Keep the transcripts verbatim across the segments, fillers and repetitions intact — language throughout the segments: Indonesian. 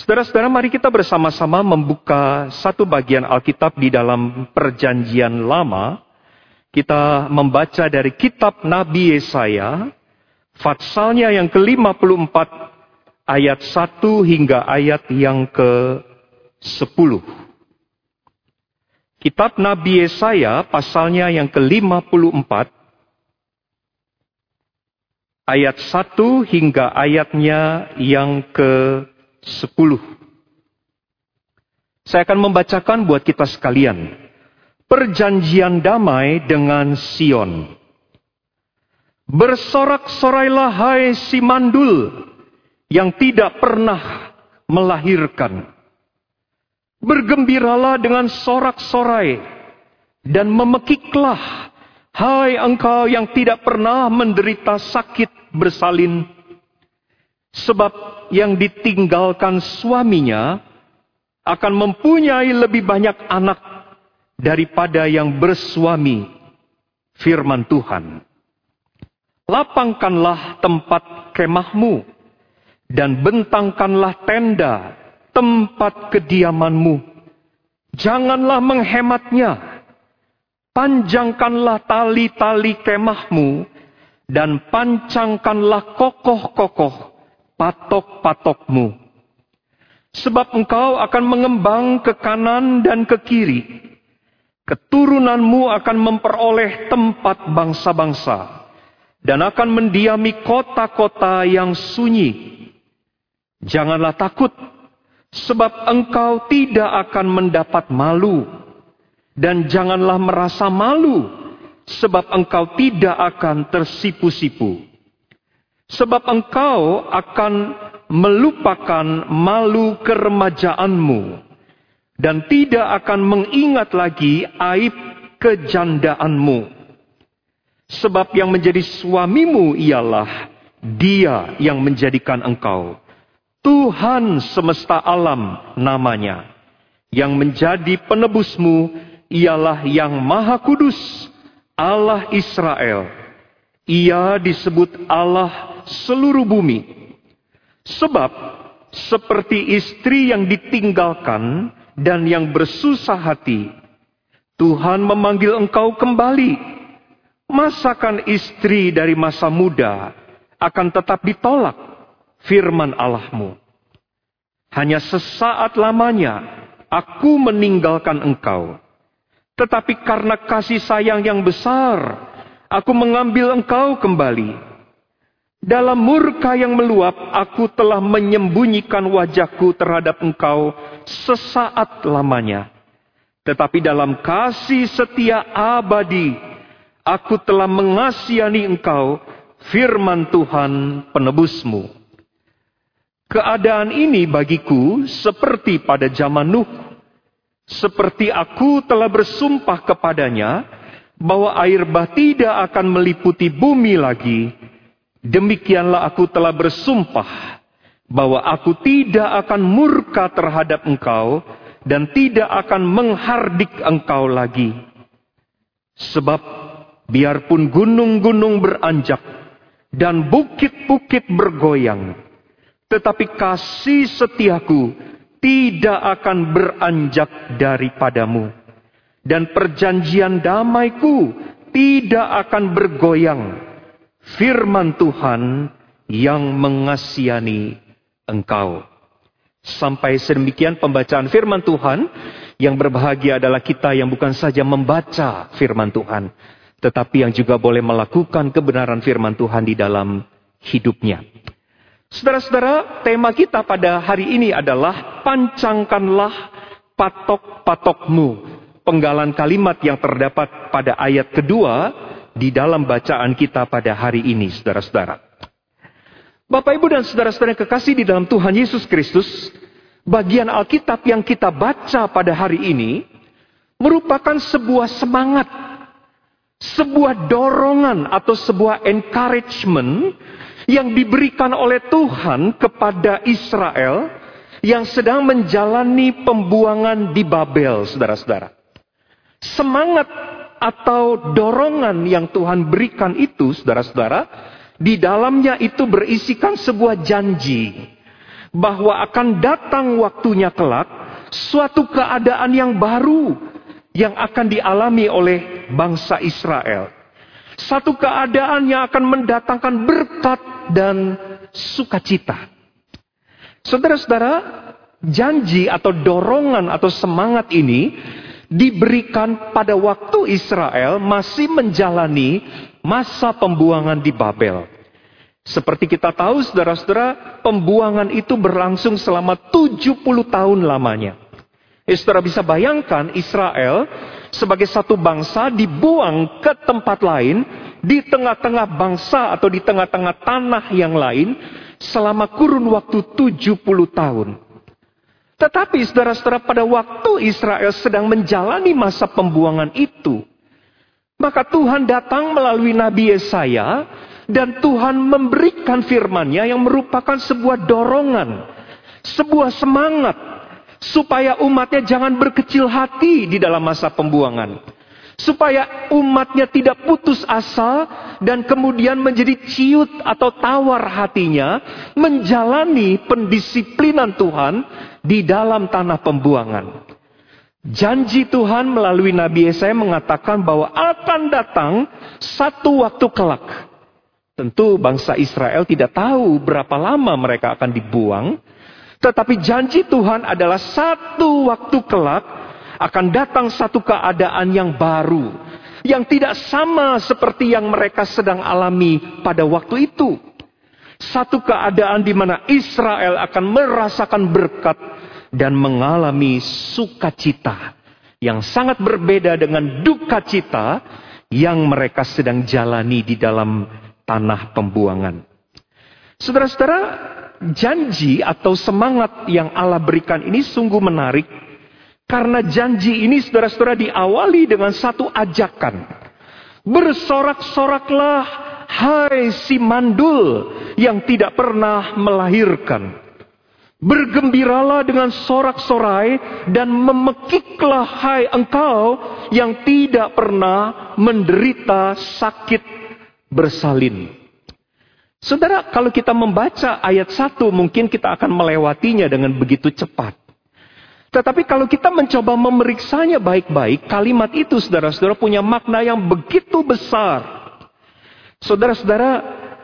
Saudara-saudara, mari kita bersama-sama membuka satu bagian Alkitab di dalam Perjanjian Lama. Kita membaca dari kitab Nabi Yesaya, Fatsalnya yang ke lima puluh empat, ayat satu hingga ayat yang ke sepuluh. Kitab Nabi Yesaya, pasalnya yang ke lima puluh empat, ayat satu hingga ayatnya yang ke sepuluh. Saya akan membacakan buat kita sekalian. Perjanjian damai dengan Sion. Bersorak-sorailah hai si mandul yang tidak pernah melahirkan. Bergembiralah dengan sorak-sorai dan memekiklah hai engkau yang tidak pernah menderita sakit bersalin. Sebab yang ditinggalkan suaminya akan mempunyai lebih banyak anak daripada yang bersuami, firman Tuhan. Lapangkanlah tempat kemahmu dan bentangkanlah tenda tempat kediamanmu. Janganlah menghematnya. Panjangkanlah tali-tali kemahmu dan pancangkanlah kokoh-kokoh patok-patokmu. Sebab engkau akan mengembang ke kanan dan ke kiri. Keturunanmu akan memperoleh tempat bangsa-bangsa dan akan mendiami kota-kota yang sunyi. Janganlah takut, sebab engkau tidak akan mendapat malu. Dan janganlah merasa malu, sebab engkau tidak akan tersipu-sipu. Sebab engkau akan melupakan malu keremajaanmu dan tidak akan mengingat lagi aib kejandaanmu. Sebab yang menjadi suamimu ialah Dia yang menjadikan engkau. Tuhan semesta alam namanya. Yang menjadi penebusmu ialah Yang Maha Kudus, Allah Israel. Ia disebut Allah seluruh bumi. Sebab seperti istri yang ditinggalkan dan yang bersusah hati, Tuhan memanggil engkau kembali. Masakan istri dari masa muda akan tetap ditolak, firman Allahmu. Hanya sesaat lamanya aku meninggalkan engkau. Tetapi karena kasih sayang yang besar, aku mengambil engkau kembali. Dalam murka yang meluap, aku telah menyembunyikan wajahku terhadap engkau sesaat lamanya. Tetapi dalam kasih setia abadi, aku telah mengasihani engkau, firman Tuhan penebusmu. Keadaan ini bagiku seperti pada zaman Nuh. Seperti aku telah bersumpah kepadanya, bahwa air bah tidak akan meliputi bumi lagi. Demikianlah aku telah bersumpah bahwa aku tidak akan murka terhadap engkau dan tidak akan menghardik engkau lagi. Sebab biarpun gunung-gunung beranjak dan bukit-bukit bergoyang, tetapi kasih setiaku tidak akan beranjak daripadamu. Dan perjanjian damaiku tidak akan bergoyang. Firman Tuhan yang mengasihani engkau. Sampai sedemikian pembacaan firman Tuhan. Yang berbahagia adalah kita yang bukan saja membaca firman Tuhan, tetapi yang juga boleh melakukan kebenaran firman Tuhan di dalam hidupnya. Saudara-saudara, tema kita pada hari ini adalah pancangkanlah patok-patokmu. Penggalan kalimat yang terdapat pada ayat kedua di dalam bacaan kita pada hari ini, saudara-saudara. Bapak, Ibu, dan saudara-saudara yang kekasih di dalam Tuhan Yesus Kristus, bagian Alkitab yang kita baca pada hari ini merupakan sebuah semangat, sebuah dorongan atau sebuah encouragement yang diberikan oleh Tuhan kepada Israel yang sedang menjalani pembuangan di Babel, saudara-saudara. Semangat atau dorongan yang Tuhan berikan itu, saudara-saudara, di dalamnya itu berisikan sebuah janji bahwa akan datang waktunya kelak suatu keadaan yang baru yang akan dialami oleh bangsa Israel. Satu keadaan yang akan mendatangkan berkat dan sukacita. Saudara-saudara, janji atau dorongan atau semangat ini diberikan pada waktu Israel masih menjalani masa pembuangan di Babel. Seperti kita tahu, saudara-saudara, pembuangan itu berlangsung selama tujuh puluh tahun lamanya. Eh, saudara bisa bayangkan Israel sebagai satu bangsa dibuang ke tempat lain, di tengah-tengah bangsa atau di tengah-tengah tanah yang lain, selama kurun waktu tujuh puluh tahun. Tetapi saudara-saudara, pada waktu Israel sedang menjalani masa pembuangan itu, maka Tuhan datang melalui Nabi Yesaya, dan Tuhan memberikan firman-Nya yang merupakan sebuah dorongan, sebuah semangat, supaya umatnya jangan berkecil hati di dalam masa pembuangan. Supaya umatnya tidak putus asa dan kemudian menjadi ciut atau tawar hatinya menjalani pendisiplinan Tuhan di dalam tanah pembuangan. Janji Tuhan melalui Nabi Yesaya mengatakan bahwa akan datang satu waktu kelak. Tentu bangsa Israel tidak tahu berapa lama mereka akan dibuang. Tetapi janji Tuhan adalah satu waktu kelak akan datang satu keadaan yang baru, yang tidak sama seperti yang mereka sedang alami pada waktu itu. Satu keadaan di mana Israel akan merasakan berkat dan mengalami sukacita yang sangat berbeda dengan duka cita yang mereka sedang jalani di dalam tanah pembuangan. Saudara-saudara, janji atau semangat yang Allah berikan ini sungguh menarik. Karena janji ini, saudara-saudara, diawali dengan satu ajakan. Bersorak-soraklah, hai si mandul yang tidak pernah melahirkan. Bergembiralah dengan sorak-sorai dan memekiklah, hai engkau yang tidak pernah menderita sakit bersalin. Saudara, kalau kita membaca ayat satu, mungkin kita akan melewatinya dengan begitu cepat. Tetapi kalau kita mencoba memeriksanya baik-baik, kalimat itu, saudara-saudara, punya makna yang begitu besar. Saudara-saudara,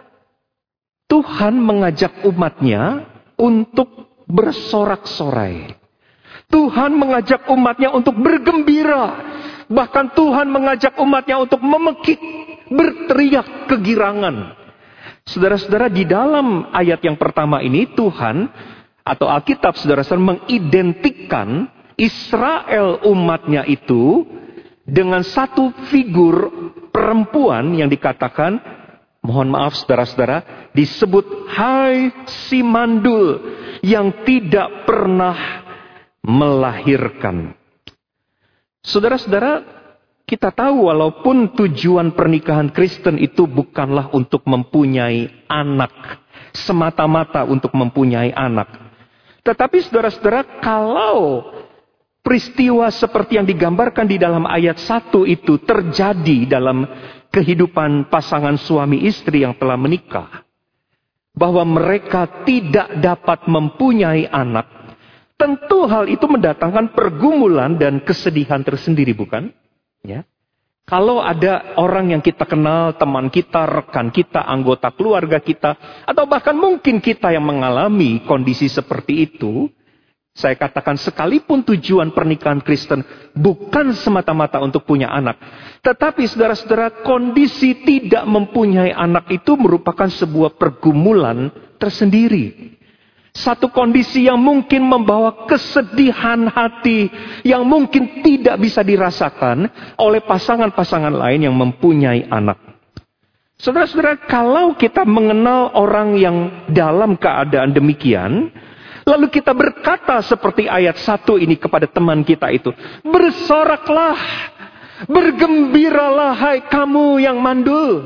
Tuhan mengajak umatnya untuk bersorak-sorai. Tuhan mengajak umatnya untuk bergembira. Bahkan Tuhan mengajak umatnya untuk memekik, berteriak kegirangan. Saudara-saudara, di dalam ayat yang pertama ini, Tuhan atau Alkitab, saudara-saudara, mengidentikan Israel umatnya itu dengan satu figur perempuan yang dikatakan, mohon maaf saudara-saudara, disebut hai si mandul yang tidak pernah melahirkan. Saudara-saudara, kita tahu walaupun tujuan pernikahan Kristen itu bukanlah untuk mempunyai anak, semata-mata untuk mempunyai anak. Tetapi saudara-saudara, kalau peristiwa seperti yang digambarkan di dalam ayat satu itu terjadi dalam kehidupan pasangan suami istri yang telah menikah, bahwa mereka tidak dapat mempunyai anak, tentu hal itu mendatangkan pergumulan dan kesedihan tersendiri, bukan? Ya. Kalau ada orang yang kita kenal, teman kita, rekan kita, anggota keluarga kita, atau bahkan mungkin kita yang mengalami kondisi seperti itu, saya katakan sekalipun tujuan pernikahan Kristen bukan semata-mata untuk punya anak, tetapi saudara-saudara, kondisi tidak mempunyai anak itu merupakan sebuah pergumulan tersendiri. Satu kondisi yang mungkin membawa kesedihan hati yang mungkin tidak bisa dirasakan oleh pasangan-pasangan lain yang mempunyai anak. Saudara-saudara, kalau kita mengenal orang yang dalam keadaan demikian, lalu kita berkata seperti ayat satu ini kepada teman kita itu, bersoraklah, bergembiralah hai kamu yang mandul.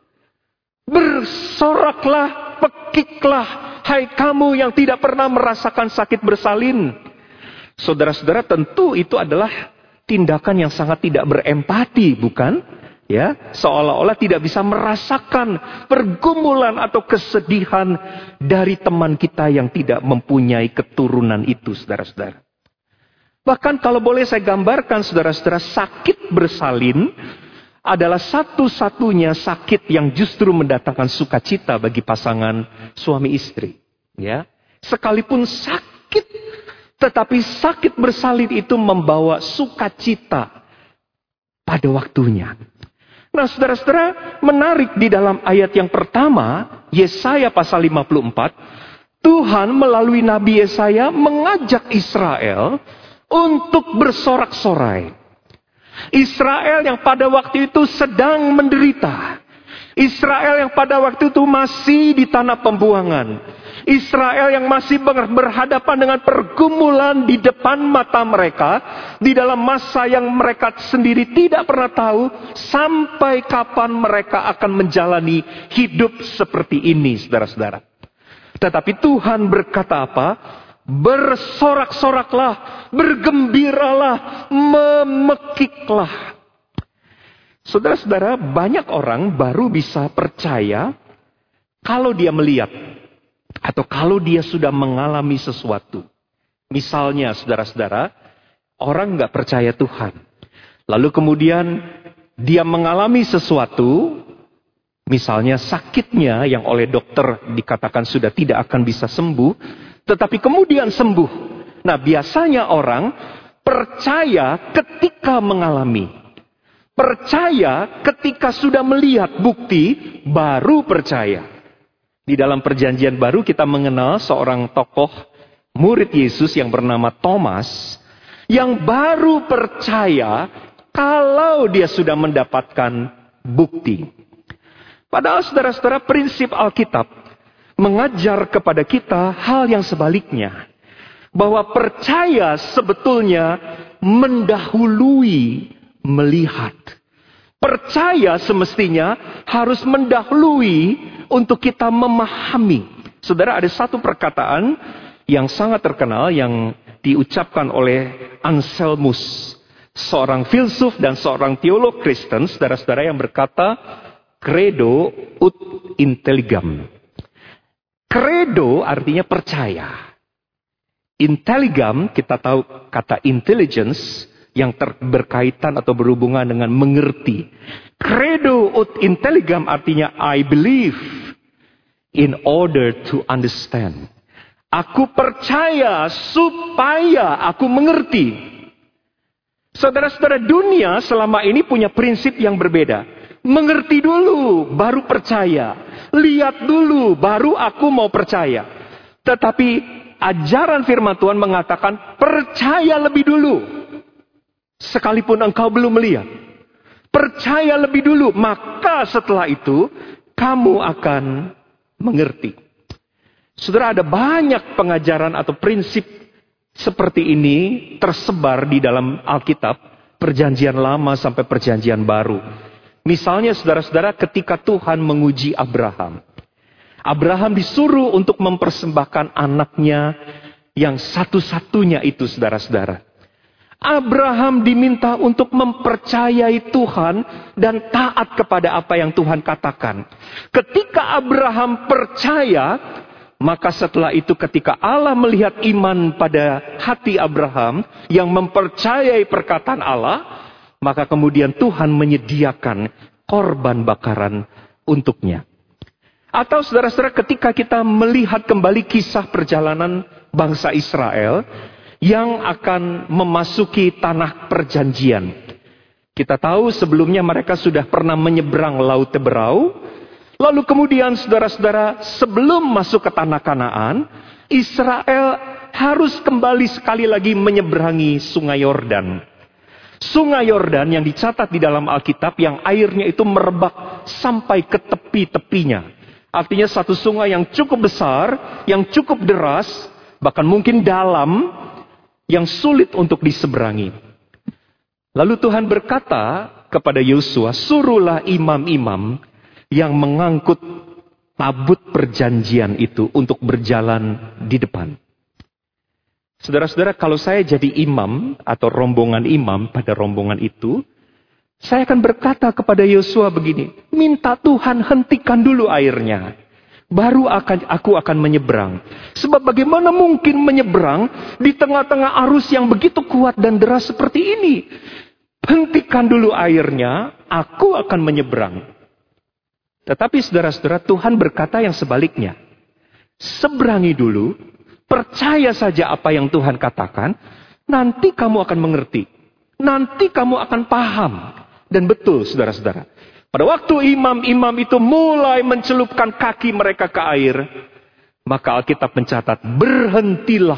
Bersoraklah, pekiklah, hai kamu yang tidak pernah merasakan sakit bersalin. Saudara-saudara, tentu itu adalah tindakan yang sangat tidak berempati, bukan? Ya, seolah-olah tidak bisa merasakan pergumulan atau kesedihan dari teman kita yang tidak mempunyai keturunan itu, saudara-saudara. Bahkan kalau boleh saya gambarkan, saudara-saudara, sakit bersalin adalah satu-satunya sakit yang justru mendatangkan sukacita bagi pasangan suami istri. Ya, sekalipun sakit, tetapi sakit bersalin itu membawa sukacita pada waktunya. Nah, saudara-saudara, menarik di dalam ayat yang pertama, Yesaya pasal lima puluh empat, Tuhan melalui Nabi Yesaya mengajak Israel untuk bersorak-sorai. Israel yang pada waktu itu sedang menderita. Israel yang pada waktu itu masih di tanah pembuangan. Israel yang masih berhadapan dengan pergumulan di depan mata mereka, di dalam masa yang mereka sendiri tidak pernah tahu sampai kapan mereka akan menjalani hidup seperti ini, saudara-saudara. Tetapi Tuhan berkata apa? Bersorak-soraklah, bergembiralah, memekiklah. Saudara-saudara, banyak orang baru bisa percaya kalau dia melihat atau kalau dia sudah mengalami sesuatu. Misalnya, saudara-saudara, orang nggak percaya Tuhan. Lalu kemudian dia mengalami sesuatu, misalnya sakitnya yang oleh dokter dikatakan sudah tidak akan bisa sembuh, tetapi kemudian sembuh. Nah, biasanya orang percaya ketika mengalami. Percaya ketika sudah melihat bukti, baru percaya. Di dalam perjanjian baru kita mengenal seorang tokoh murid Yesus yang bernama Thomas, yang baru percaya kalau dia sudah mendapatkan bukti. Padahal saudara-saudara, prinsip Alkitab mengajar kepada kita hal yang sebaliknya. Bahwa percaya sebetulnya mendahului melihat. Percaya semestinya harus mendahului untuk kita memahami. Saudara, ada satu perkataan yang sangat terkenal yang diucapkan oleh Anselmus, seorang filsuf dan seorang teolog Kristen, saudara-saudara, yang berkata, credo ut intelligam. Credo artinya percaya. Intelligam, kita tahu kata intelligence, yang ter- berkaitan atau berhubungan dengan mengerti. Credo ut intelligam artinya I believe in order to understand. Aku percaya supaya aku mengerti. Saudara-saudara, dunia selama ini punya prinsip yang berbeda. Mengerti dulu, baru percaya. Lihat dulu, baru aku mau percaya. Tetapi ajaran firman Tuhan mengatakan percaya lebih dulu. Sekalipun engkau belum melihat. Percaya lebih dulu, maka setelah itu kamu akan mengerti. Saudara, ada banyak pengajaran atau prinsip seperti ini tersebar di dalam Alkitab, perjanjian lama sampai perjanjian baru. Misalnya saudara-saudara, ketika Tuhan menguji Abraham. Abraham disuruh untuk mempersembahkan anaknya yang satu-satunya itu, saudara-saudara. Abraham diminta untuk mempercayai Tuhan dan taat kepada apa yang Tuhan katakan. Ketika Abraham percaya, maka setelah itu ketika Allah melihat iman pada hati Abraham yang mempercayai perkataan Allah, maka kemudian Tuhan menyediakan korban bakaran untuknya. Atau saudara-saudara, ketika kita melihat kembali kisah perjalanan bangsa Israel yang akan memasuki tanah perjanjian. Kita tahu sebelumnya mereka sudah pernah menyeberang Laut Teberau. Lalu kemudian saudara-saudara, sebelum masuk ke tanah Kanaan, Israel harus kembali sekali lagi menyeberangi Sungai Yordan. Sungai Yordan yang dicatat di dalam Alkitab yang airnya itu merebak sampai ke tepi-tepinya. Artinya satu sungai yang cukup besar, yang cukup deras, bahkan mungkin dalam, yang sulit untuk diseberangi. Lalu Tuhan berkata kepada Yosua, suruhlah imam-imam yang mengangkut tabut perjanjian itu untuk berjalan di depan. Saudara-saudara, kalau saya jadi imam atau rombongan imam pada rombongan itu, Saya akan berkata kepada Yosua begini, minta Tuhan hentikan dulu airnya. Baru akan aku akan menyeberang. Sebab bagaimana mungkin menyeberang di tengah-tengah arus yang begitu kuat dan deras seperti ini? Hentikan dulu airnya, aku akan menyeberang. Tetapi saudara-saudara, Tuhan berkata yang sebaliknya. Seberangi dulu, percaya saja apa yang Tuhan katakan, nanti kamu akan mengerti. Nanti kamu akan paham. Dan betul saudara-saudara. Pada waktu imam-imam itu mulai mencelupkan kaki mereka ke air, maka Alkitab mencatat, berhentilah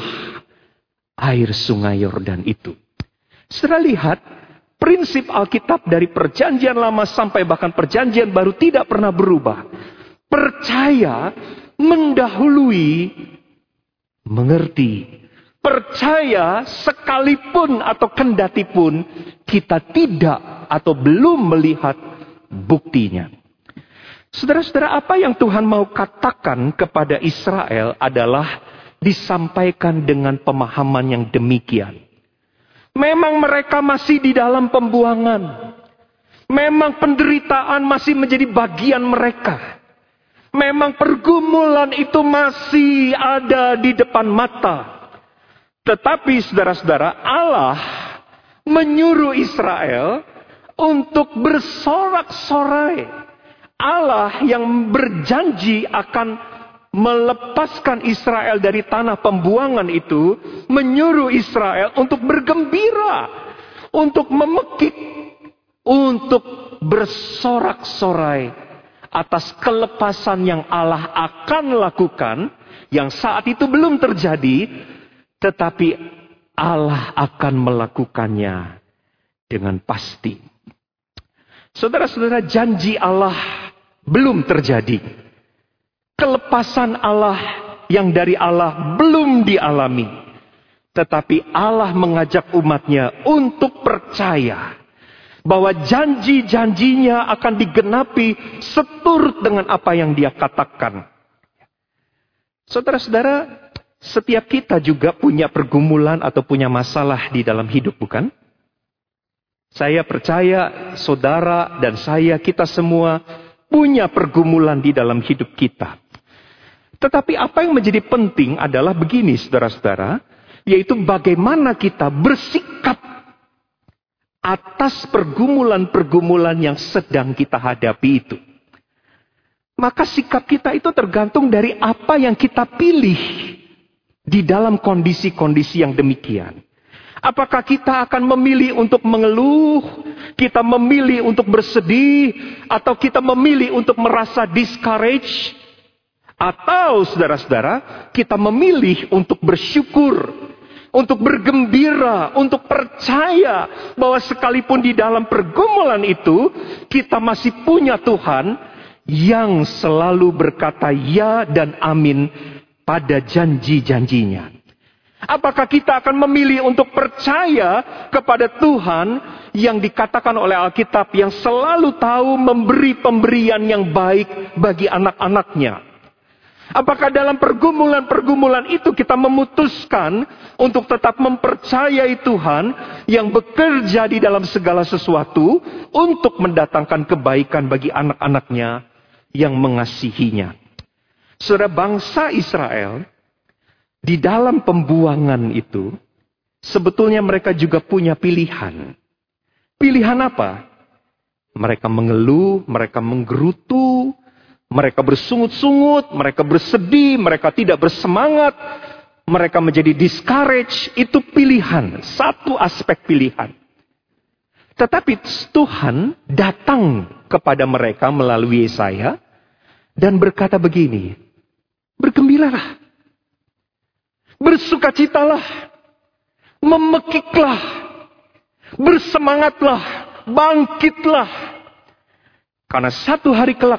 air sungai Yordan itu. Saudara lihat, prinsip Alkitab dari perjanjian lama sampai bahkan perjanjian baru tidak pernah berubah. Percaya mendahului mengerti. Percaya sekalipun atau kendati pun kita tidak atau belum melihat buktinya. Saudara-saudara, apa yang Tuhan mau katakan kepada Israel adalah disampaikan dengan pemahaman yang demikian. Memang mereka masih di dalam pembuangan. Memang penderitaan masih menjadi bagian mereka. Memang pergumulan itu masih ada di depan mata. Tetapi saudara-saudara, Allah menyuruh Israel untuk bersorak-sorai. Allah yang berjanji akan melepaskan Israel dari tanah pembuangan itu, menyuruh Israel untuk bergembira, untuk memekik, untuk bersorak-sorai atas kelepasan yang Allah akan lakukan, yang saat itu belum terjadi, tetapi Allah akan melakukannya dengan pasti. Saudara-saudara, janji Allah belum terjadi. Kelepasan Allah yang dari Allah belum dialami. Tetapi Allah mengajak umatnya untuk percaya bahwa janji-janjinya akan digenapi seturut dengan apa yang dia katakan. Saudara-saudara, setiap kita juga punya pergumulan atau punya masalah di dalam hidup, bukan? Saya percaya saudara dan saya, kita semua punya pergumulan di dalam hidup kita. Tetapi apa yang menjadi penting adalah begini saudara-saudara, yaitu bagaimana kita bersikap atas pergumulan-pergumulan yang sedang kita hadapi itu. Maka sikap kita itu tergantung dari apa yang kita pilih di dalam kondisi-kondisi yang demikian. Apakah kita akan memilih untuk mengeluh, kita memilih untuk bersedih, atau kita memilih untuk merasa discouraged, atau saudara-saudara, kita memilih untuk bersyukur, untuk bergembira, untuk percaya bahwa sekalipun di dalam pergumulan itu, kita masih punya Tuhan yang selalu berkata ya dan amin pada janji-janjinya. Apakah kita akan memilih untuk percaya kepada Tuhan yang dikatakan oleh Alkitab yang selalu tahu memberi pemberian yang baik bagi anak-anaknya? Apakah dalam pergumulan-pergumulan itu kita memutuskan untuk tetap mempercayai Tuhan yang bekerja di dalam segala sesuatu untuk mendatangkan kebaikan bagi anak-anaknya yang mengasihinya? Saudara, bangsa Israel di dalam pembuangan itu, sebetulnya mereka juga punya pilihan. Pilihan apa? Mereka mengeluh, mereka menggerutu, mereka bersungut-sungut, mereka bersedih, mereka tidak bersemangat, mereka menjadi discouraged. Itu pilihan, satu aspek pilihan. Tetapi Tuhan datang kepada mereka melalui Yesaya dan berkata begini, bergembiralah. Bersukacitalah, memekiklah, bersemangatlah, bangkitlah. Karena satu hari kelak,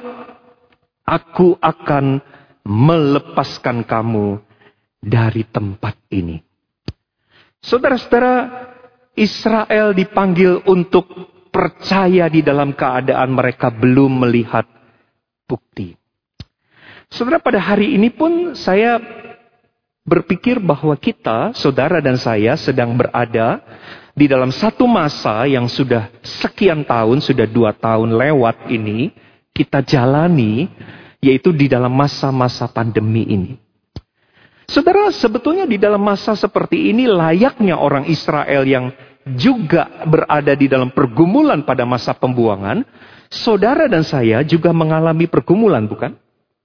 aku akan melepaskan kamu dari tempat ini. Saudara-saudara, Israel dipanggil untuk percaya di dalam keadaan mereka belum melihat bukti. Saudara, pada hari ini pun saya berpikir bahwa kita, saudara dan saya sedang berada Di dalam satu masa yang sudah sekian tahun, sudah dua tahun lewat ini, kita jalani, yaitu di dalam masa-masa pandemi ini. Saudara, sebetulnya di dalam masa seperti ini layaknya orang Israel yang juga berada di dalam pergumulan pada masa pembuangan, saudara dan saya juga mengalami pergumulan, bukan?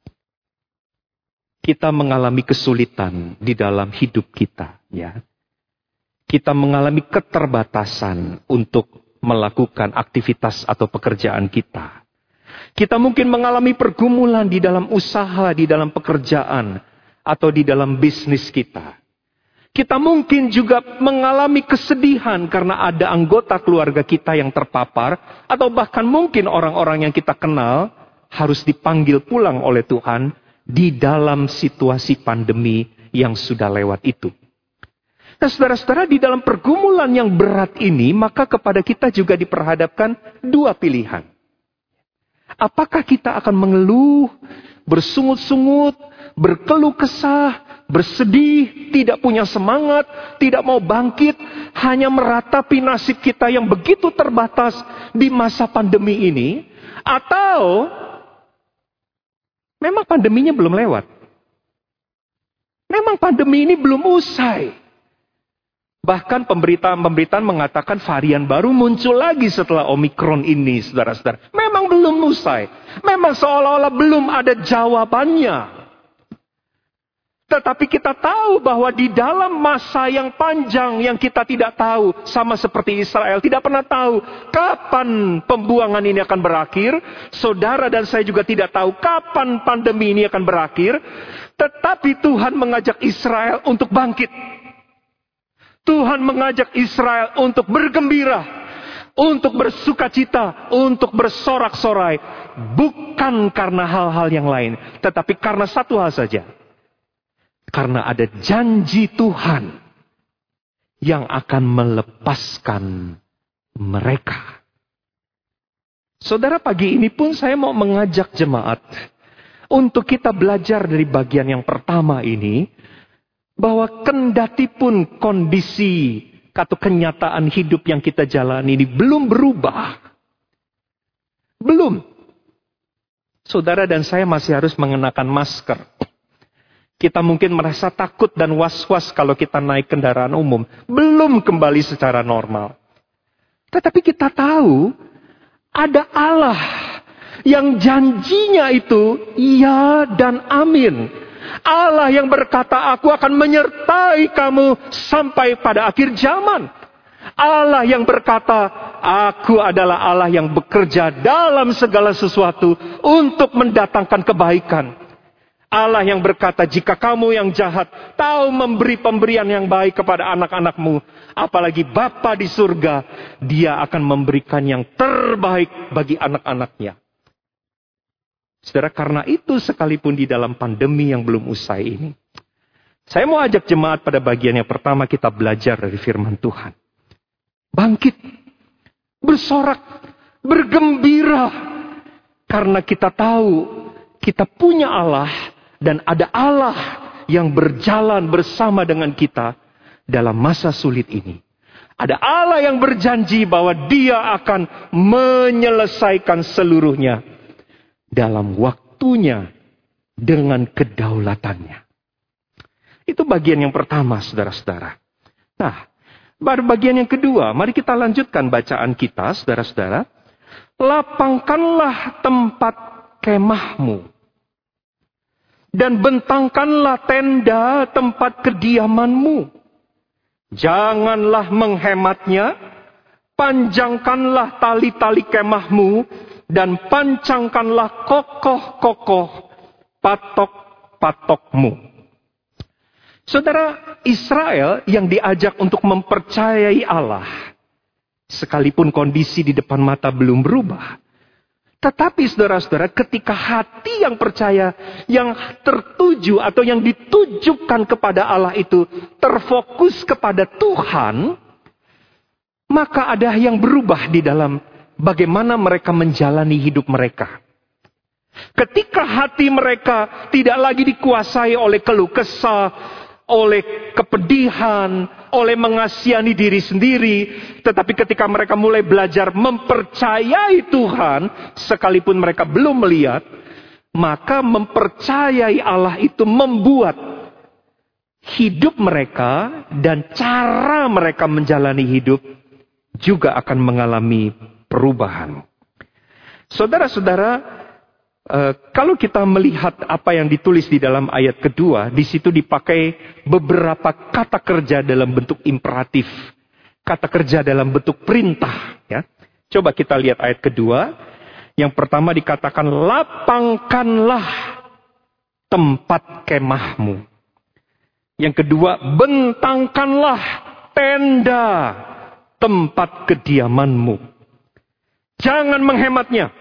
Kita mengalami kesulitan di dalam hidup kita, ya. Kita mengalami keterbatasan untuk melakukan aktivitas atau pekerjaan kita. Kita mungkin mengalami pergumulan di dalam usaha, di dalam pekerjaan, atau di dalam bisnis kita. Kita mungkin juga mengalami kesedihan karena ada anggota keluarga kita yang terpapar, atau bahkan mungkin orang-orang yang kita kenal harus dipanggil pulang oleh Tuhan di dalam situasi pandemi yang sudah lewat itu. Nah, saudara-saudara, di dalam pergumulan yang berat ini, maka kepada kita juga diperhadapkan dua pilihan. Apakah kita akan mengeluh, bersungut-sungut, berkeluh kesah, bersedih, tidak punya semangat, tidak mau bangkit, hanya meratapi nasib kita yang begitu terbatas di masa pandemi ini? Atau memang pandeminya belum lewat? Memang pandemi ini belum usai? Bahkan pemberitaan-pemberitaan mengatakan varian baru muncul lagi setelah Omikron ini, saudara-saudara. Memang belum usai. Memang seolah-olah belum ada jawabannya. Tetapi kita tahu bahwa di dalam masa yang panjang yang kita tidak tahu, sama seperti Israel, tidak pernah tahu kapan pembuangan ini akan berakhir. Saudara dan saya juga tidak tahu kapan pandemi ini akan berakhir. Tetapi Tuhan mengajak Israel untuk bangkit. Tuhan mengajak Israel untuk bergembira, untuk bersukacita, untuk bersorak-sorai. Bukan karena hal-hal yang lain, tetapi karena satu hal saja. Karena ada janji Tuhan yang akan melepaskan mereka. Saudara, pagi ini pun saya mau mengajak jemaat untuk kita belajar dari bagian yang pertama ini, bahwa kendati pun kondisi atau kenyataan hidup yang kita jalani ini belum berubah. Belum. Saudara dan saya masih harus mengenakan masker. Kita mungkin merasa takut dan was-was kalau kita naik kendaraan umum. Belum kembali secara normal. Tetapi kita tahu ada Allah yang janjinya itu iya dan amin. Allah yang berkata, aku akan menyertai kamu sampai pada akhir zaman. Allah yang berkata, aku adalah Allah yang bekerja dalam segala sesuatu untuk mendatangkan kebaikan. Allah yang berkata, jika kamu yang jahat tahu memberi pemberian yang baik kepada anak-anakmu, apalagi Bapa di surga, Dia akan memberikan yang terbaik bagi anak-anaknya. Saudara, karena itu sekalipun di dalam pandemi yang belum usai ini, saya mau ajak jemaat pada bagian yang pertama kita belajar dari firman Tuhan. Bangkit, bersorak, bergembira, karena kita tahu kita punya Allah dan ada Allah yang berjalan bersama dengan kita dalam masa sulit ini. Ada Allah yang berjanji bahwa Dia akan menyelesaikan seluruhnya dalam waktunya dengan kedaulatannya. Itu bagian yang pertama, saudara-saudara. Nah, pada bagian yang kedua, mari kita lanjutkan bacaan kita, saudara-saudara. Lapangkanlah tempat kemahmu dan bentangkanlah tenda tempat kediamanmu. Janganlah menghematnya, panjangkanlah tali-tali kemahmu, dan pancangkanlah kokoh-kokoh patok-patokmu. Saudara, Israel yang diajak untuk mempercayai Allah, sekalipun kondisi di depan mata belum berubah. Tetapi saudara-saudara, ketika hati yang percaya, yang tertuju atau yang ditujukan kepada Allah itu terfokus kepada Tuhan, maka ada yang berubah di dalam bagaimana mereka menjalani hidup mereka. Ketika hati mereka tidak lagi dikuasai oleh keluh kesah, oleh kepedihan, oleh mengasihani diri sendiri. Tetapi ketika mereka mulai belajar mempercayai Tuhan, sekalipun mereka belum melihat, maka mempercayai Allah itu membuat hidup mereka dan cara mereka menjalani hidup juga akan mengalami perubahan. Saudara-saudara, eh, kalau kita melihat apa yang ditulis di dalam ayat kedua, di situ dipakai beberapa kata kerja dalam bentuk imperatif, kata kerja dalam bentuk perintah. Ya, coba kita lihat ayat kedua. Yang pertama dikatakan, lapangkanlah tempat kemahmu. Yang kedua, bentangkanlah tenda tempat kediamanmu. Jangan menghematnya.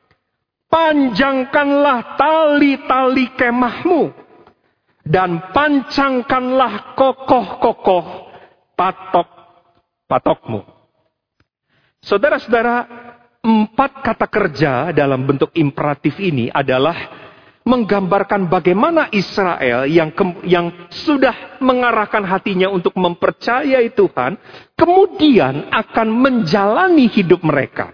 Panjangkanlah tali-tali kemahmu. Dan pancangkanlah kokoh-kokoh patok-patokmu. Saudara-saudara, empat kata kerja dalam bentuk imperatif ini adalah menggambarkan bagaimana Israel yang ke, yang sudah mengarahkan hatinya untuk mempercayai Tuhan, kemudian akan menjalani hidup mereka.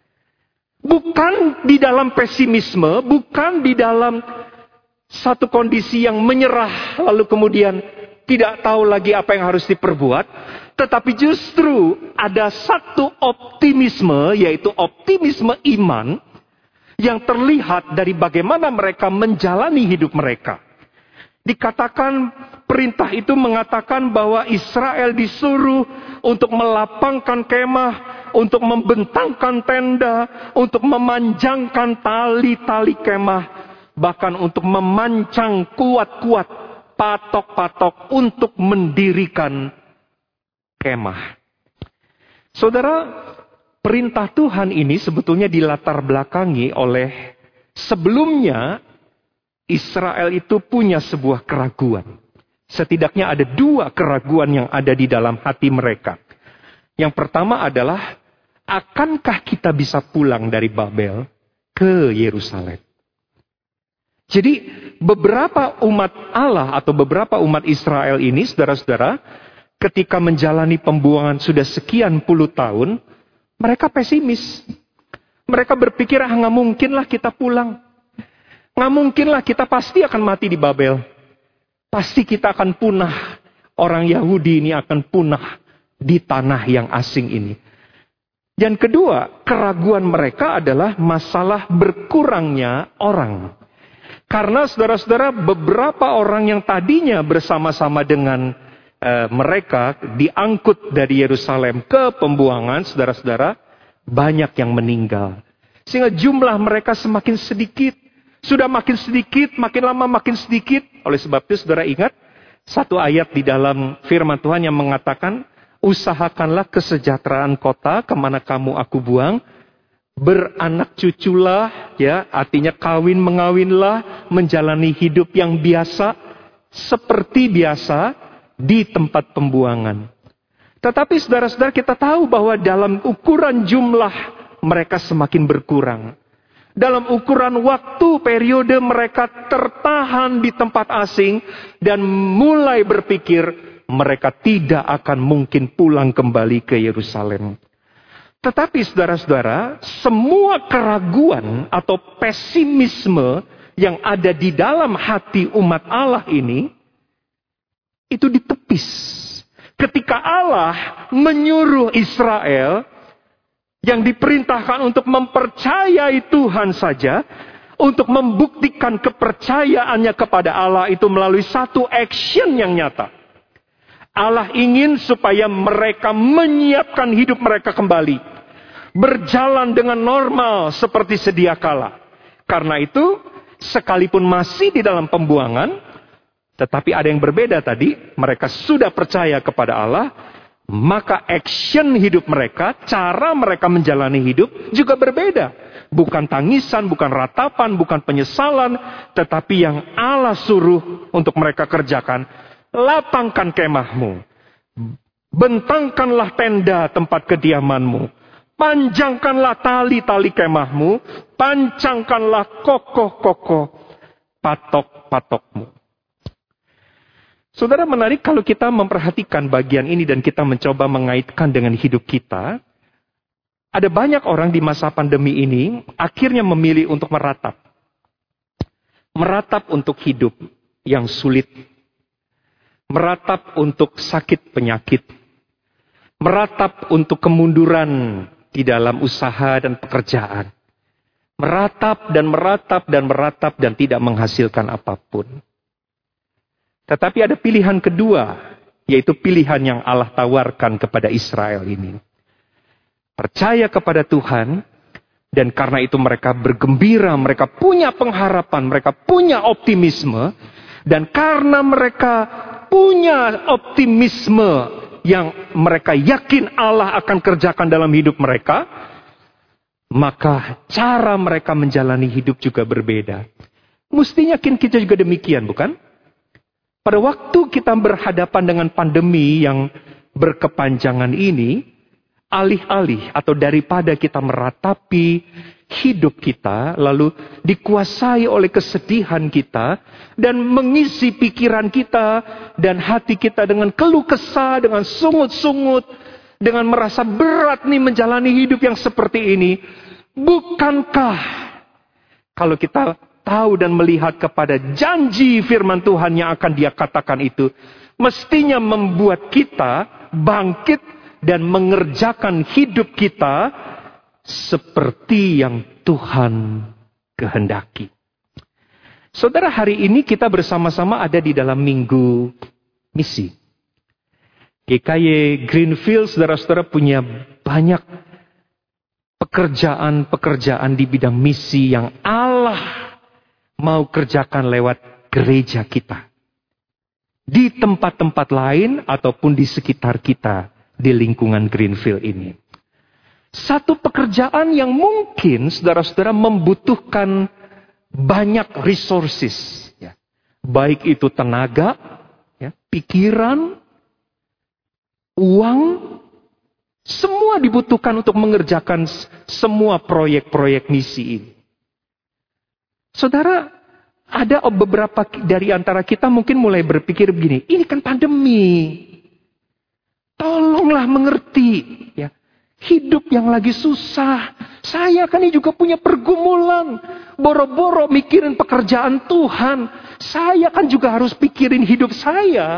Bukan di dalam pesimisme, bukan di dalam satu kondisi yang menyerah, lalu kemudian tidak tahu lagi apa yang harus diperbuat. Tetapi justru ada satu optimisme, yaitu optimisme iman, yang terlihat dari bagaimana mereka menjalani hidup mereka. Dikatakan perintah itu mengatakan bahwa Israel disuruh untuk melapangkan kemah, untuk membentangkan tenda, untuk memanjangkan tali-tali kemah, bahkan untuk memancang kuat-kuat patok-patok untuk mendirikan kemah. Saudara, perintah Tuhan ini sebetulnya dilatar belakangi oleh sebelumnya Israel itu punya sebuah keraguan. Setidaknya ada dua keraguan yang ada di dalam hati mereka. Yang pertama adalah, akankah kita bisa pulang dari Babel ke Yerusalem? Jadi beberapa umat Allah atau beberapa umat Israel ini, saudara-saudara, ketika menjalani pembuangan sudah sekian puluh tahun, mereka pesimis. Mereka berpikir, ah nggak mungkinlah kita pulang. Nggak mungkinlah kita pasti akan mati di Babel. Pasti kita akan punah. Orang Yahudi ini akan punah di tanah yang asing ini. Yang kedua, keraguan mereka adalah masalah berkurangnya orang. Karena saudara-saudara, beberapa orang yang tadinya bersama-sama dengan uh, mereka diangkut dari Yerusalem ke pembuangan, saudara-saudara, banyak yang meninggal. Sehingga jumlah mereka semakin sedikit. Sudah makin sedikit, makin lama makin sedikit. Oleh sebab itu saudara ingat, satu ayat di dalam firman Tuhan yang mengatakan, usahakanlah kesejahteraan kota kemana kamu aku buang. Beranak cuculah, ya, artinya kawin mengawinlah, menjalani hidup yang biasa, seperti biasa di tempat pembuangan. Tetapi saudara-saudara, kita tahu bahwa dalam ukuran jumlah mereka semakin berkurang. Dalam ukuran waktu periode mereka tertahan di tempat asing dan mulai berpikir mereka tidak akan mungkin pulang kembali ke Yerusalem. Tetapi saudara-saudara, semua keraguan atau pesimisme yang ada di dalam hati umat Allah ini, itu ditepis. Ketika Allah menyuruh Israel yang diperintahkan untuk mempercayai Tuhan saja, untuk membuktikan kepercayaannya kepada Allah itu melalui satu action yang nyata. Allah ingin supaya mereka menyiapkan hidup mereka kembali. Berjalan dengan normal seperti sedia kala. Karena itu, sekalipun masih di dalam pembuangan, tetapi ada yang berbeda tadi, mereka sudah percaya kepada Allah, maka action hidup mereka, cara mereka menjalani hidup juga berbeda. Bukan tangisan, bukan ratapan, bukan penyesalan, tetapi yang Allah suruh untuk mereka kerjakan, lapangkan kemahmu, bentangkanlah tenda tempat kediamanmu, panjangkanlah tali-tali kemahmu, pancangkanlah kokoh-kokoh patok-patokmu. Saudara, menarik kalau kita memperhatikan bagian ini dan kita mencoba mengaitkan dengan hidup kita. Ada banyak orang di masa pandemi ini akhirnya memilih untuk meratap. Meratap untuk hidup yang sulit. Meratap untuk sakit penyakit. Meratap untuk kemunduran di dalam usaha dan pekerjaan. Meratap dan meratap dan meratap dan tidak menghasilkan apapun. Tetapi ada pilihan kedua, yaitu pilihan yang Allah tawarkan kepada Israel ini. Percaya kepada Tuhan, dan karena itu mereka bergembira, mereka punya pengharapan, mereka punya optimisme, dan karena mereka punya optimisme yang mereka yakin Allah akan kerjakan dalam hidup mereka, maka cara mereka menjalani hidup juga berbeda. Mestinya kita juga demikian, bukan? Pada waktu kita berhadapan dengan pandemi yang berkepanjangan ini, alih-alih atau daripada kita meratapi hidup kita, lalu dikuasai oleh kesedihan kita, dan mengisi pikiran kita dan hati kita dengan keluh kesah, dengan sungut-sungut, dengan merasa berat nih menjalani hidup yang seperti ini. Bukankah kalau kita tahu dan melihat kepada janji firman Tuhan yang akan Dia katakan itu, mestinya membuat kita bangkit dan mengerjakan hidup kita seperti yang Tuhan kehendaki. Saudara, hari ini kita bersama-sama ada di dalam minggu misi. G K Y Greenfield, saudara-saudara, punya banyak pekerjaan-pekerjaan di bidang misi yang Allah mau kerjakan lewat gereja kita. Di tempat-tempat lain ataupun di sekitar kita di lingkungan Greenfield ini. Satu pekerjaan yang mungkin saudara-saudara membutuhkan banyak resources. Ya. Baik itu tenaga, ya, pikiran, uang, semua dibutuhkan untuk mengerjakan semua proyek-proyek misi ini. Saudara, ada beberapa dari antara kita mungkin mulai berpikir begini, ini kan pandemi. Tolonglah mengerti, ya. Hidup yang lagi susah. Saya kan ini juga punya pergumulan. Boro-boro mikirin pekerjaan Tuhan. Saya kan juga harus pikirin hidup saya.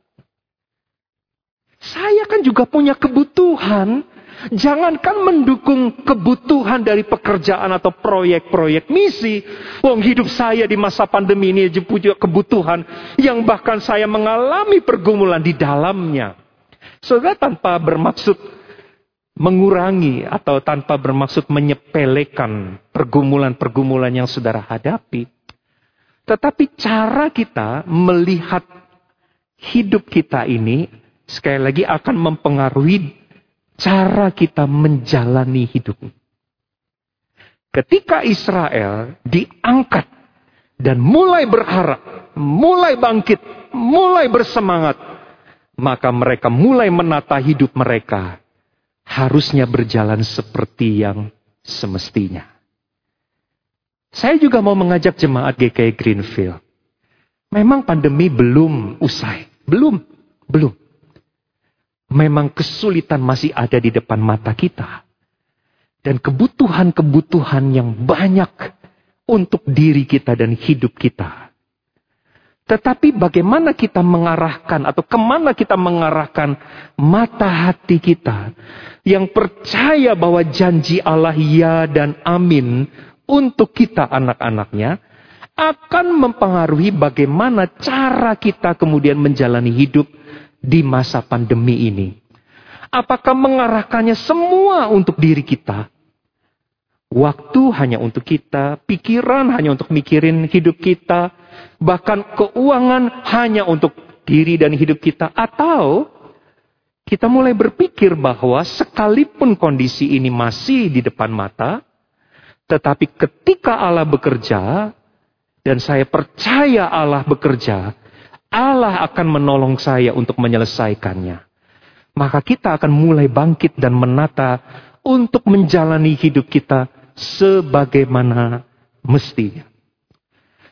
Saya kan juga punya kebutuhan. Jangankan mendukung kebutuhan dari pekerjaan atau proyek-proyek misi. Wong hidup saya di masa pandemi ini punya kebutuhan yang bahkan saya mengalami pergumulan di dalamnya. Saudara, tanpa bermaksud mengurangi atau tanpa bermaksud menyepelekan pergumulan-pergumulan yang saudara hadapi. Tetapi cara kita melihat hidup kita ini sekali lagi akan mempengaruhi cara kita menjalani hidup. Ketika Israel diangkat dan mulai berharap, mulai bangkit, mulai bersemangat, maka mereka mulai menata hidup mereka. Harusnya berjalan seperti yang semestinya. Saya juga mau mengajak jemaat G K Y Greenfield. Memang pandemi belum usai. Belum. Belum. Memang kesulitan masih ada di depan mata kita. Dan kebutuhan-kebutuhan yang banyak untuk diri kita dan hidup kita. Tetapi bagaimana kita mengarahkan atau kemana kita mengarahkan mata hati kita. Yang percaya bahwa janji Allah ya dan amin untuk kita anak-anaknya. Akan mempengaruhi bagaimana cara kita kemudian menjalani hidup di masa pandemi ini. Apakah mengarahkannya semua untuk diri kita? Waktu hanya untuk kita, pikiran hanya untuk mikirin hidup kita, bahkan keuangan hanya untuk diri dan hidup kita, atau kita mulai berpikir bahwa sekalipun kondisi ini masih di depan mata, tetapi ketika Allah bekerja, dan saya percaya Allah bekerja, Allah akan menolong saya untuk menyelesaikannya. Maka kita akan mulai bangkit dan menata untuk menjalani hidup kita sebagaimana mestinya.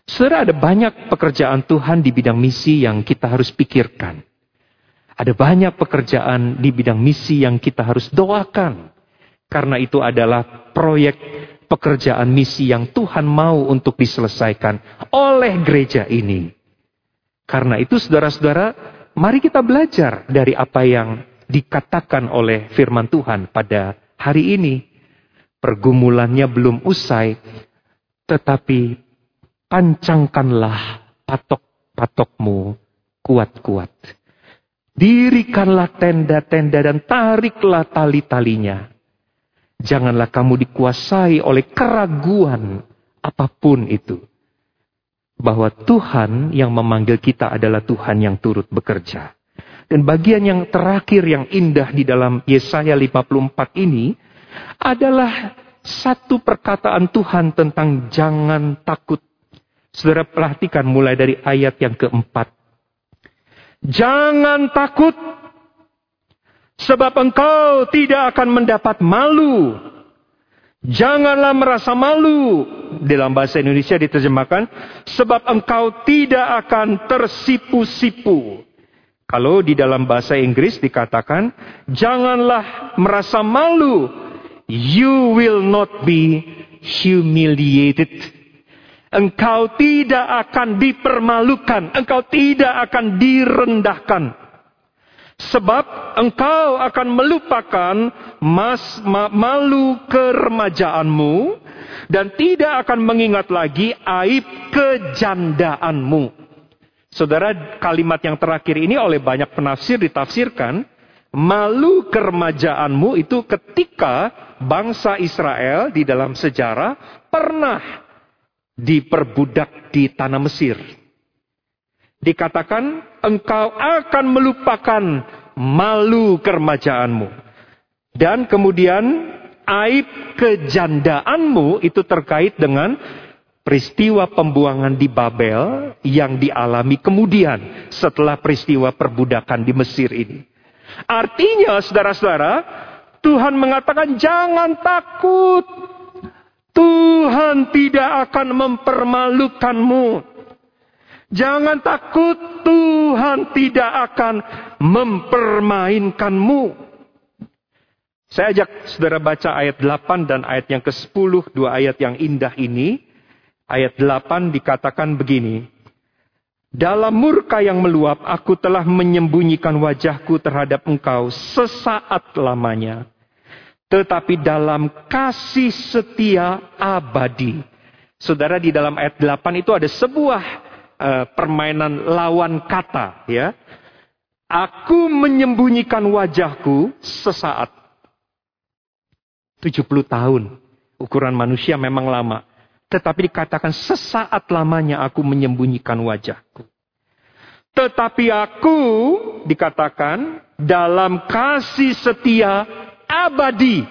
Saudara, ada banyak pekerjaan Tuhan di bidang misi yang kita harus pikirkan. Ada banyak pekerjaan di bidang misi yang kita harus doakan. Karena itu adalah proyek pekerjaan misi yang Tuhan mau untuk diselesaikan oleh gereja ini. Karena itu saudara-saudara, mari kita belajar dari apa yang dikatakan oleh firman Tuhan pada hari ini. Pergumulannya belum usai, tetapi pancangkanlah patok-patokmu kuat-kuat. Dirikanlah tenda-tenda dan tariklah tali-talinya. Janganlah kamu dikuasai oleh keraguan apapun itu. Bahwa Tuhan yang memanggil kita adalah Tuhan yang turut bekerja. Dan bagian yang terakhir yang indah di dalam Yesaya lima puluh empat ini adalah satu perkataan Tuhan tentang jangan takut. Saudara perhatikan mulai dari ayat yang keempat. Jangan takut, sebab engkau tidak akan mendapat malu. Janganlah merasa malu. Dalam bahasa Indonesia diterjemahkan, sebab engkau tidak akan tersipu-sipu. Kalau di dalam bahasa Inggris dikatakan, janganlah merasa malu. You will not be humiliated. Engkau tidak akan dipermalukan. Engkau tidak akan direndahkan. Sebab engkau akan melupakan mas, ma, malu keremajaanmu. Dan tidak akan mengingat lagi aib kejandaanmu. Saudara, kalimat yang terakhir ini oleh banyak penafsir ditafsirkan. Malu keremajaanmu itu ketika bangsa Israel di dalam sejarah pernah diperbudak di tanah Mesir. Dikatakan engkau akan melupakan malu keremajaanmu. Dan kemudian aib kejandaanmu itu terkait dengan peristiwa pembuangan di Babel yang dialami kemudian setelah peristiwa perbudakan di Mesir ini. Artinya saudara-saudara, Tuhan mengatakan jangan takut. Tuhan tidak akan mempermalukanmu. Jangan takut, Tuhan tidak akan mempermainkanmu. Saya ajak saudara baca ayat delapan dan ayat yang kesepuluh, dua ayat yang indah ini. Ayat delapan dikatakan begini. Dalam murka yang meluap, aku telah menyembunyikan wajahku terhadap engkau sesaat lamanya. Tetapi dalam kasih setia abadi. Saudara, di dalam ayat delapan itu ada sebuah uh, permainan lawan kata. Ya. Aku menyembunyikan wajahku sesaat. tujuh puluh tahun. Ukuran manusia memang lama. Tetapi dikatakan sesaat lamanya aku menyembunyikan wajahku. Tetapi aku dikatakan dalam kasih setia abadi.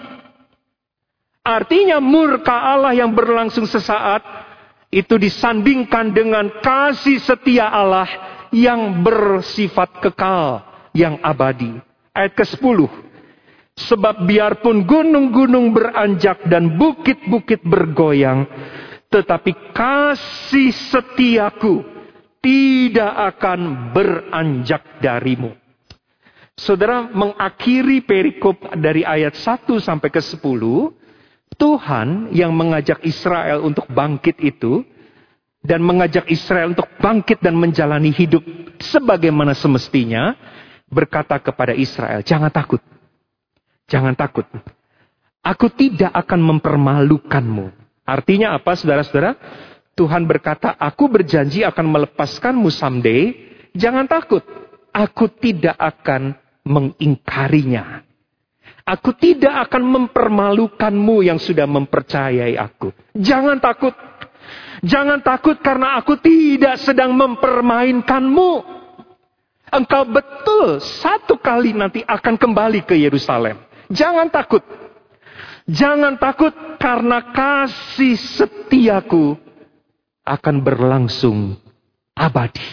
Artinya murka Allah yang berlangsung sesaat itu disandingkan dengan kasih setia Allah yang bersifat kekal, yang abadi. Ayat kesepuluh. Sebab biarpun gunung-gunung beranjak dan bukit-bukit bergoyang, tetapi kasih setiaku tidak akan beranjak darimu. Saudara, mengakhiri perikop dari ayat satu sampai ke sepuluh, Tuhan yang mengajak Israel untuk bangkit itu, dan mengajak Israel untuk bangkit dan menjalani hidup sebagaimana semestinya, berkata kepada Israel, jangan takut. Jangan takut. Aku tidak akan mempermalukanmu. Artinya apa, saudara-saudara? Tuhan berkata, aku berjanji akan melepaskanmu someday. Jangan takut. Aku tidak akan mengingkarinya. Aku tidak akan mempermalukanmu yang sudah mempercayai aku. Jangan takut. Jangan takut karena aku tidak sedang mempermainkanmu. Engkau betul satu kali nanti akan kembali ke Yerusalem. Jangan takut. Jangan takut karena kasih setiaku akan berlangsung abadi.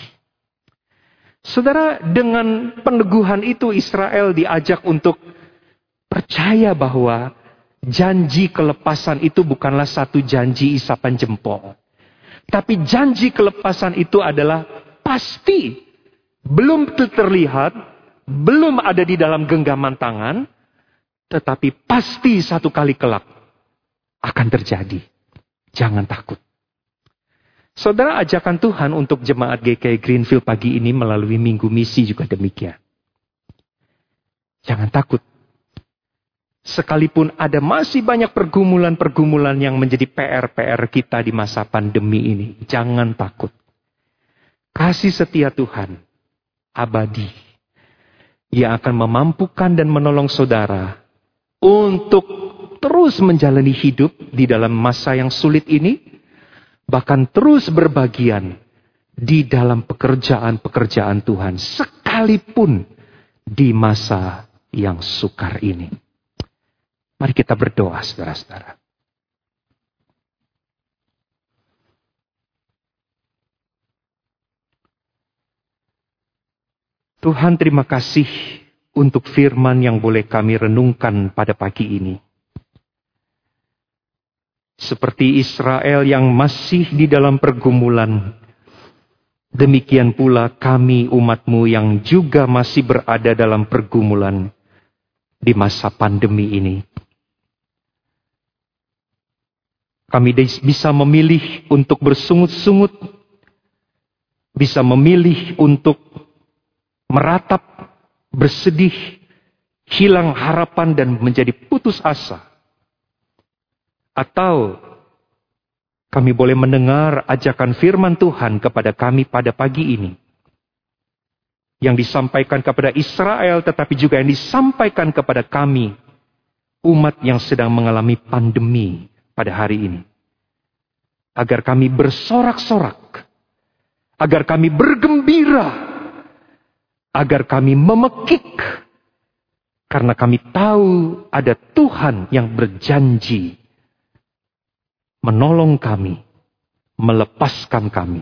Saudara, dengan peneguhan itu Israel diajak untuk percaya bahwa janji kelepasan itu bukanlah satu janji isapan jempol. Tapi janji kelepasan itu adalah pasti. Belum terlihat, belum ada di dalam genggaman tangan, tetapi pasti satu kali kelak akan terjadi. Jangan takut. Saudara, ajakan Tuhan untuk jemaat G K I Greenfield pagi ini melalui Minggu Misi juga demikian. Jangan takut. Sekalipun ada masih banyak pergumulan-pergumulan yang menjadi P R-P R kita di masa pandemi ini. Jangan takut. Kasih setia Tuhan abadi. Ia akan memampukan dan menolong saudara untuk terus menjalani hidup di dalam masa yang sulit ini. Bahkan terus berbagian di dalam pekerjaan-pekerjaan Tuhan. Sekalipun di masa yang sukar ini. Mari kita berdoa, saudara-saudara. Tuhan, terima kasih untuk firman yang boleh kami renungkan pada pagi ini. Seperti Israel yang masih di dalam pergumulan, demikian pula kami umat-Mu yang juga masih berada dalam pergumulan di masa pandemi ini. Kami bisa memilih untuk bersungut-sungut, bisa memilih untuk meratap, bersedih, hilang harapan dan menjadi putus asa. Atau kami boleh mendengar ajakan firman Tuhan kepada kami pada pagi ini. Yang disampaikan kepada Israel tetapi juga yang disampaikan kepada kami, umat yang sedang mengalami pandemi pada hari ini. Agar kami bersorak-sorak. Agar kami bergembira. Agar kami memekik. Karena kami tahu ada Tuhan yang berjanji menolong kami, melepaskan kami.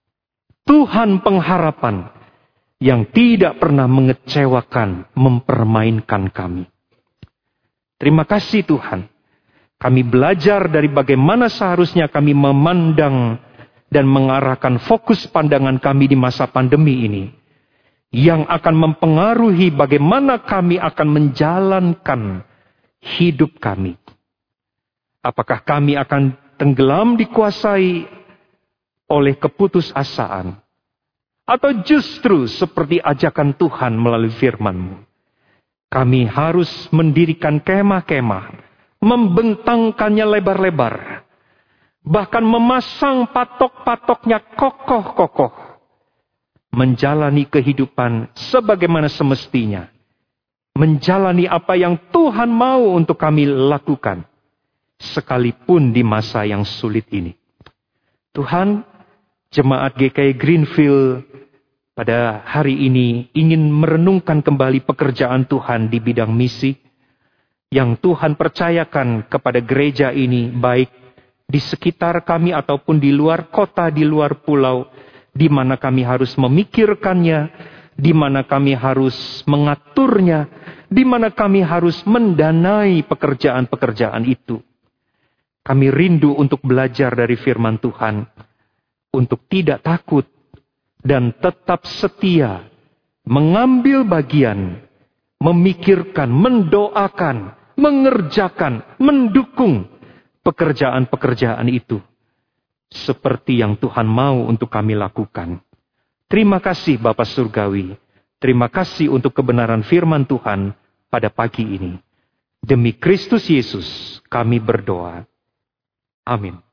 Tuhan pengharapan yang tidak pernah mengecewakan, mempermainkan kami. Terima kasih Tuhan. Kami belajar dari bagaimana seharusnya kami memandang dan mengarahkan fokus pandangan kami di masa pandemi ini. Yang akan mempengaruhi bagaimana kami akan menjalankan hidup kami. Apakah kami akan tenggelam dikuasai oleh keputusasaan. Atau justru seperti ajakan Tuhan melalui firman-Mu. Kami harus mendirikan kemah-kemah. Membentangkannya lebar-lebar. Bahkan memasang patok-patoknya kokoh-kokoh. Menjalani kehidupan sebagaimana semestinya. Menjalani apa yang Tuhan mau untuk kami lakukan. Sekalipun di masa yang sulit ini. Tuhan, jemaat G K I Greenfield pada hari ini ingin merenungkan kembali pekerjaan Tuhan di bidang misi. Yang Tuhan percayakan kepada gereja ini, baik di sekitar kami ataupun di luar kota, di luar pulau. Di mana kami harus memikirkannya, di mana kami harus mengaturnya, di mana kami harus mendanai pekerjaan-pekerjaan itu. Kami rindu untuk belajar dari firman Tuhan. Untuk tidak takut dan tetap setia. Mengambil bagian. Memikirkan, mendoakan, mengerjakan, mendukung pekerjaan-pekerjaan itu. Seperti yang Tuhan mau untuk kami lakukan. Terima kasih Bapa Surgawi. Terima kasih untuk kebenaran firman Tuhan pada pagi ini. Demi Kristus Yesus kami berdoa. Amin.